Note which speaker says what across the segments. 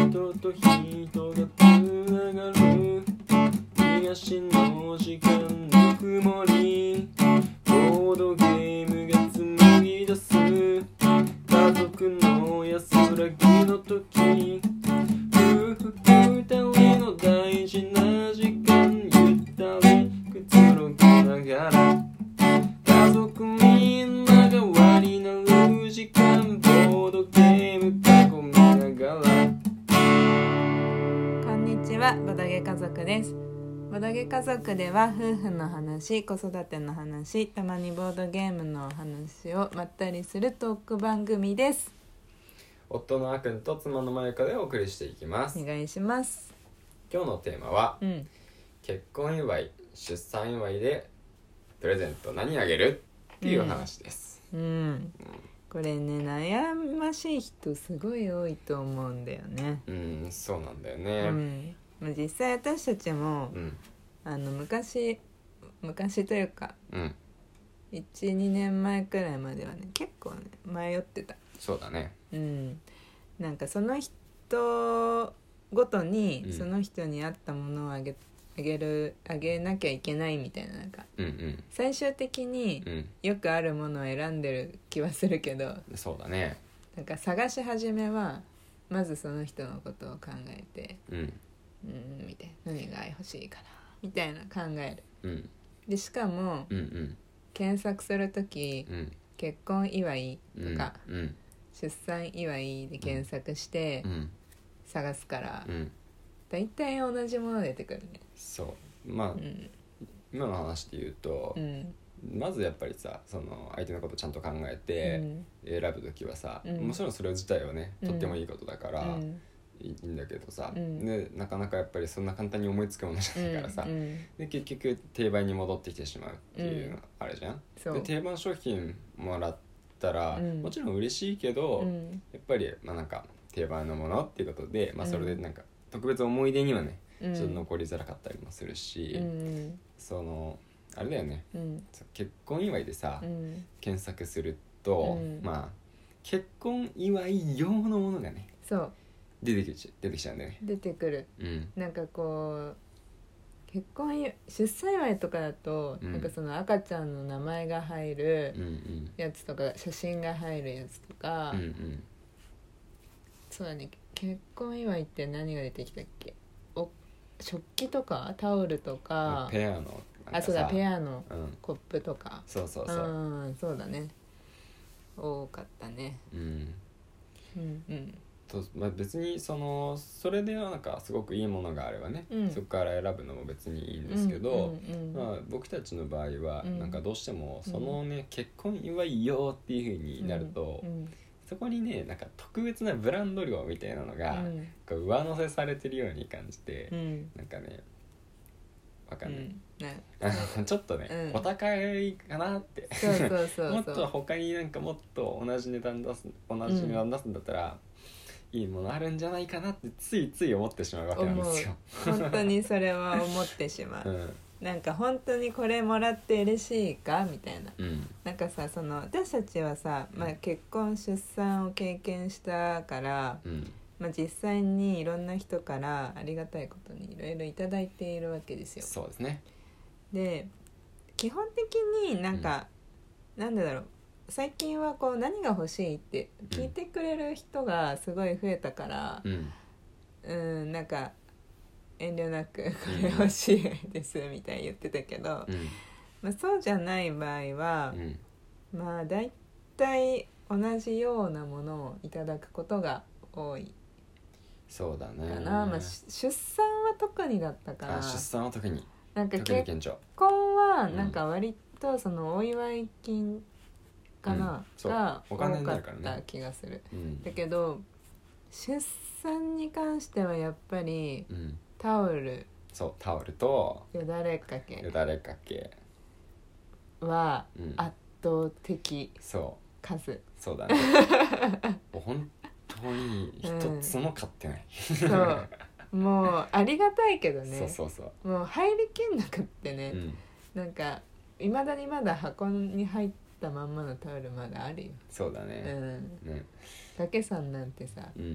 Speaker 1: 人と人がつながる東の時間ぬくもりボードゲームが紡ぎ出す家族の安らぎの時夫婦二人の大事な時間ゆったりくつろぎながら家族みんなが輪になる時間ボードゲーム囲みながら。
Speaker 2: こんにちは、ボドゲ家族です。ボドゲ家族では夫婦の話、子育ての話、たまにボードゲームの話をまったりするトーク番組です。
Speaker 1: 夫のあくんと妻のまゆかでお送りしていきます。
Speaker 2: お願いします。
Speaker 1: 今日のテーマは、結婚祝い、出産祝いでプレゼント何あげるっていう話です。
Speaker 2: これね、悩ましい人すごい多いと思うんだよね。
Speaker 1: そうなんだよね。
Speaker 2: 実際私たちも、昔というか、1、2年前くらいまではね結構ね迷ってた。
Speaker 1: そうだね。
Speaker 2: なんかその人ごとにその人に合ったものをあげなきゃいけないみたいな、なんか、最終的によくあるものを選んでる気はするけど、
Speaker 1: そうだね。
Speaker 2: なんか探し始めはまずその人のことを考えて、みたいな、何が欲しいかなみたいな考える。でしかも、検索するとき、結婚祝いとか、出産祝いで検索して探すから、だいたい同じもの出てくるね。
Speaker 1: そう、今の話で言うと、まずやっぱりさ、その相手のことをちゃんと考えて選ぶときはさ、もちろんそれ自体はねとってもいいことだから、いいんだけどさ、でなかなかやっぱりそんな簡単に思いつくものじゃないからさ、で結局定番に戻ってきてしまうっていうのあるじゃん。で定番商品もらったら、もちろん嬉しいけど、やっぱりなんか定番のものっていうことで、それでなんか特別思い出にはねちょっと残りづらかったりもするし、そのあれだよね、結婚祝いでさ、検索すると、結婚祝い用のものがね出てきちゃうんだよね。
Speaker 2: 出てくる、なんかこう出産祝いとかだと、なんかその赤ちゃんの名前が入るやつとか、写真が入るやつとか、そうだね。結婚祝いって何が出てきたっけ？食器とかタオルとか、
Speaker 1: ペアの
Speaker 2: そうだ、ペアのコップとか、
Speaker 1: そうそう
Speaker 2: だね、多かったね。
Speaker 1: 別にそれでなんかすごくいいものがあればね、そこから選ぶのも別にいいんですけど、僕たちの場合はなんかどうしてもそのね、結婚祝いよっていう風になると、そこにねなんか特別なブランド量みたいなのが、こう上乗せされてるように感じて、なんかねわかんない、ちょっとね、お高いかなって。もっと他になんかもっと同じ値段出すんだったら、いいものあるんじゃないかなってついつい思ってしまうわけなんですよ。
Speaker 2: 本当にそれは思ってしまう。なんか本当にこれもらって嬉しいかみたいな、なんかさ、その私たちはさ、結婚出産を経験したから、実際にいろんな人からありがたいことにいろいろいただいているわけですよ。
Speaker 1: そうですね。
Speaker 2: で基本的になんか、なんでだろう、最近はこう何が欲しいって聞いてくれる人がすごい増えたから、なんか遠慮なくこれ欲しいですみたいに言ってたけど、そうじゃない場合は、だいたい同じようなものをいただくことが多い。
Speaker 1: そうだね。
Speaker 2: かな。出産は特にだったから。
Speaker 1: 出産は特に。
Speaker 2: なんか結婚はなんか割とそのお祝い金かな、が多かった気がする。だけど出産に関してはやっぱり、タオル
Speaker 1: と
Speaker 2: よだれかけは圧倒的数。
Speaker 1: そうだね。本当に一つも買ってない。
Speaker 2: そうもうありがたいけどね。もう入りきんなくってね、なんかいまだにまだ箱に入ったまんまのタオルまだあるよ。
Speaker 1: そうだね。
Speaker 2: 竹さんなんてさ、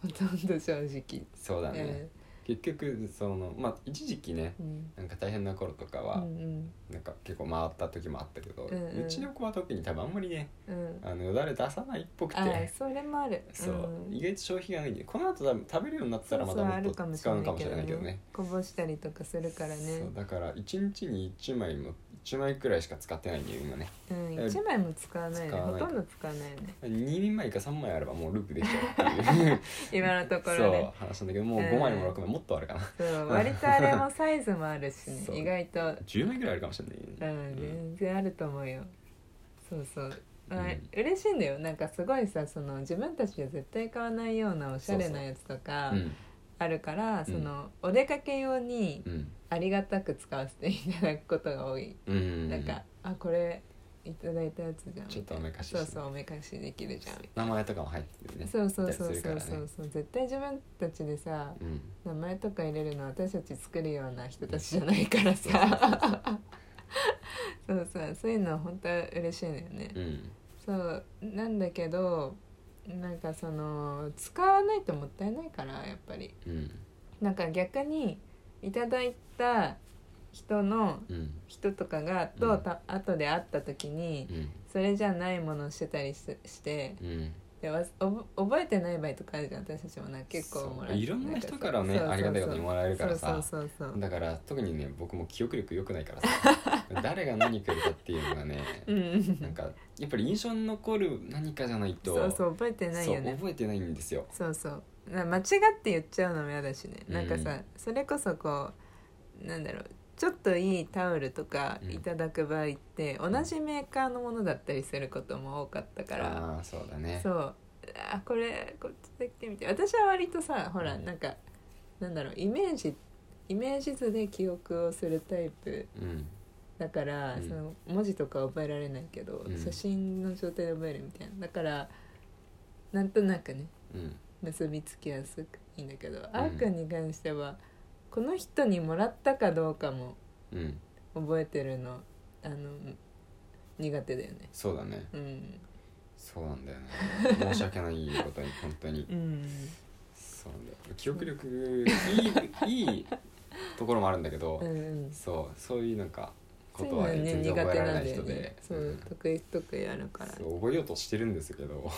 Speaker 2: ほとんど正直。
Speaker 1: そうだね、結局一時期ね、なんか大変な頃とかは、なんか結構回った時もあったけど、うちの子は特に多分あんまりね、よだれ出さないっぽくて、
Speaker 2: それもある。
Speaker 1: そう、意外と消費がないんで、この後多分食べるようになったらまたもっと使うのかもしれないけどね、
Speaker 2: こぼしたりとかするからね。
Speaker 1: そうだから1日に1枚くらいしか使ってないんだよ今ね。
Speaker 2: 1枚も使わないね。ほとんど使わないよね。
Speaker 1: 2枚か3枚あればもうループできちゃうっていう
Speaker 2: 今のところね。
Speaker 1: そう話なんだけど、もう5枚も6枚もっとあるかな。
Speaker 2: そう割とあれもサイズもあるしね意外と
Speaker 1: 10枚くらいあるかもしれない、
Speaker 2: 全然あると思うよ。そうそう、嬉しいんだよ。なんかすごいさ、その自分たちで絶対買わないようなおしゃれなやつとかあるから、そのお出かけ用にありがたく使わせていただくことが多い。なんかこれいただいたやつじゃん、
Speaker 1: ちょっとおめかし、
Speaker 2: そうそうおめかしできるじゃん。
Speaker 1: 名前とかも入ってるね。
Speaker 2: そう絶対自分たちでさ、名前とか入れるの私たち作るような人たちじゃないからさそういうの本当は嬉しいのよね、そうなんだけど、なんかその使わないともったいないからやっぱり、なんか逆にいただいた人とかが後で会った時に、それじゃないものをしてたりして、で覚えてない場合とかあるじゃん。私たちも結構もら
Speaker 1: いろんな人からねありがたいことにもらえるからさ、だから特にね僕も記憶力良くないからさ誰が何くれたっていうのがねなんかやっぱり印象に残る何かじゃないと
Speaker 2: 覚えてないよね。
Speaker 1: 覚えてないんですよ。
Speaker 2: 間違って言っちゃうのも嫌だしね、なんかさそれこそこうなんだろう、ちょっといいタオルとかいただく場合って、同じメーカーのものだったりすることも多かったから、
Speaker 1: そうだね。
Speaker 2: これこっちだけ見て、私は割とさほらなんかなんだろう、イメージ図で記憶をするタイプ、だから、その文字とか覚えられないけど、写真の状態で覚えるみたいな、だからなんとなくね、結びつきやすくいいんだけど、あーくんに関してはこの人にもらったかどうかも覚えてるの、苦手だよね。
Speaker 1: そうだね、そうなんだよね申し訳ないことに本当に、そうなんだよ。記憶力いいところもあるんだけど、そういうなんかことは全然覚えられない人で、
Speaker 2: 得意あるから、
Speaker 1: 覚えようとしてるんですけど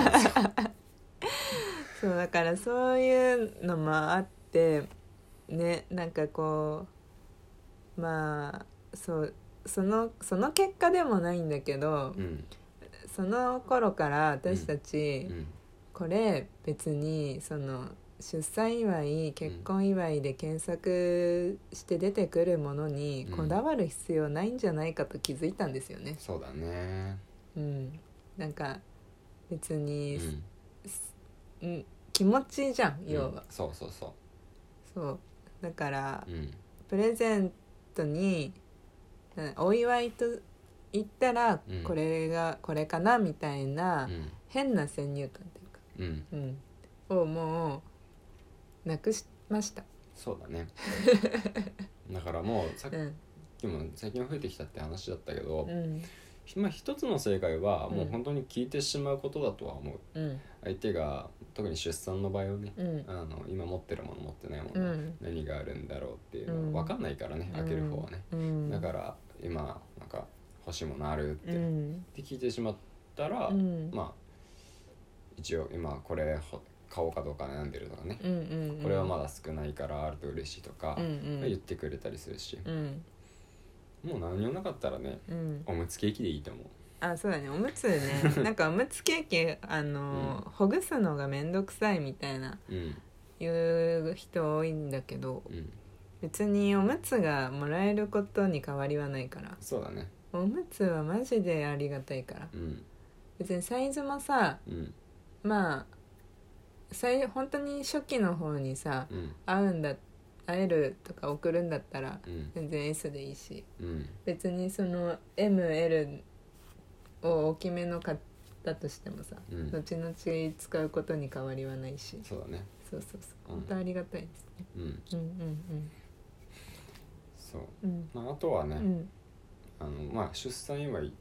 Speaker 2: そうだからそういうのもあってね、なんかこうその結果でもないんだけど、その頃から私たち、これ別にその出産祝い結婚祝いで検索して出てくるものにこだわる必要ないんじゃないかと気づいたんですよね。
Speaker 1: そうだね。
Speaker 2: なんか別に、気持ちじゃん要は、そうだから、プレゼントにお祝いと言ったらこれかなみたいな、変な先入観というか、をもうなくしました。
Speaker 1: そうだねだからもうさっきも最近増えてきたって話だったけど、一つの正解はもう本当に聞いてしまうことだとは思う、相手が特に出産の場合はね、今持ってるもの持ってないもの、何があるんだろうっていうの分かんないからね、開ける方はね、だから今なんか欲しいものあるって聞いてしまったら、まあ一応今これ買おうかどうか悩んでるとかね、これはまだ少ないからあると嬉しいとか、言ってくれたりするし、もう何もなかったらね、おむつケーキでいいと思う。
Speaker 2: そうだね、おむつねなんかおむつケーキほぐすのがめんどくさいみたいな、言う人多いんだけど、別におむつがもらえることに変わりはないから。
Speaker 1: そうだね、
Speaker 2: おむつはマジでありがたいから、別にサイズもさ、まあ本当に初期の方にさ、会えるとか送るんだったら全然 S でいいし、別にその ML を大きめの買ったとしてもさ、後々使うことに変わりはないし。
Speaker 1: そうだね、
Speaker 2: そう本当ありがたいですね。
Speaker 1: そう、あとはね、出産祝い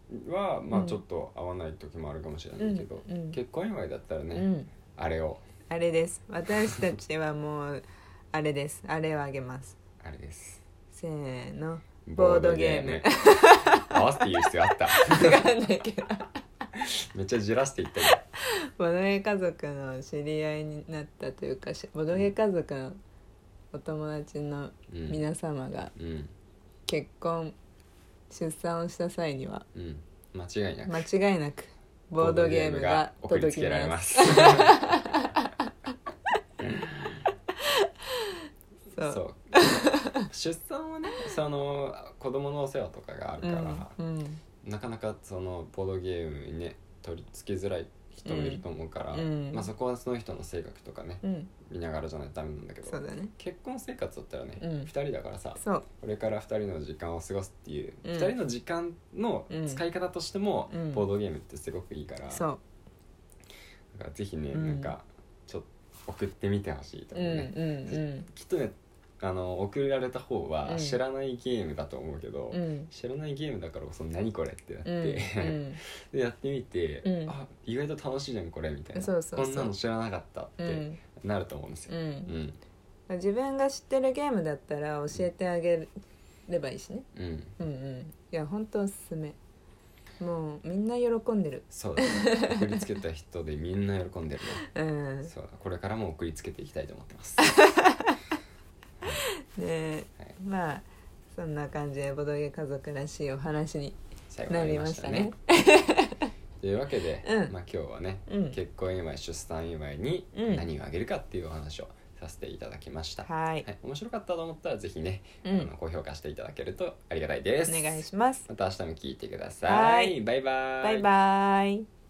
Speaker 1: はちょっと合わない時もあるかもしれないけど、結婚祝いだったらね、あれを
Speaker 2: あれです。私たちはもうあれです。あれをあげます。
Speaker 1: あれです。
Speaker 2: せーの。
Speaker 1: ボードゲーム。合わせて言う必要あった。
Speaker 2: わかんないけど
Speaker 1: めっちゃじらして言ったよ。
Speaker 2: ボドゲ家族の知り合いになったというか、ボドゲ家族のお友達の皆様が結婚、出産をした際には、
Speaker 1: 間違いなく
Speaker 2: ボードゲームが届きます。
Speaker 1: そう出産はね、その子供のお世話とかがあるから、なかなかそのボードゲームにね取り付けづらい人もいると思うから、そこはその人の性格とかね、見ながらじゃないとダメなんだけど、
Speaker 2: そうだね、
Speaker 1: 結婚生活だったらね、2人だからさ、
Speaker 2: そう
Speaker 1: これから2人の時間を過ごすっていう、2人の時間の使い方としても、ボードゲームってすごくいいから、
Speaker 2: そう
Speaker 1: だからぜひね、なんかちょっと送ってみてほしいと思うね、きっとね送られた方は知らないゲームだと思うけど、知らないゲームだからこそ何これってなって、でやってみて、あ意外と楽しいじゃんこれみたいな、こんなの知らなかったってなると思うんですよ、
Speaker 2: 自分が知ってるゲームだったら教えてあげればいいしね、いや本当おすすめ、もうみんな喜んでる。
Speaker 1: そうだ、送りつけた人でみんな喜んでるね、そうこれからも送りつけていきたいと思ってます
Speaker 2: で、まあそんな感じでボドゲ家族らしいお話になりましたね。
Speaker 1: というわけで、今日はね、結婚祝い出産祝いに何をあげるかっていうお話をさせていただきました。面白かったと思ったらぜひね、高評価していただけるとありがたいです。
Speaker 2: お願いします。
Speaker 1: また明日も聞いてください。バイバイ。
Speaker 2: バイバイ。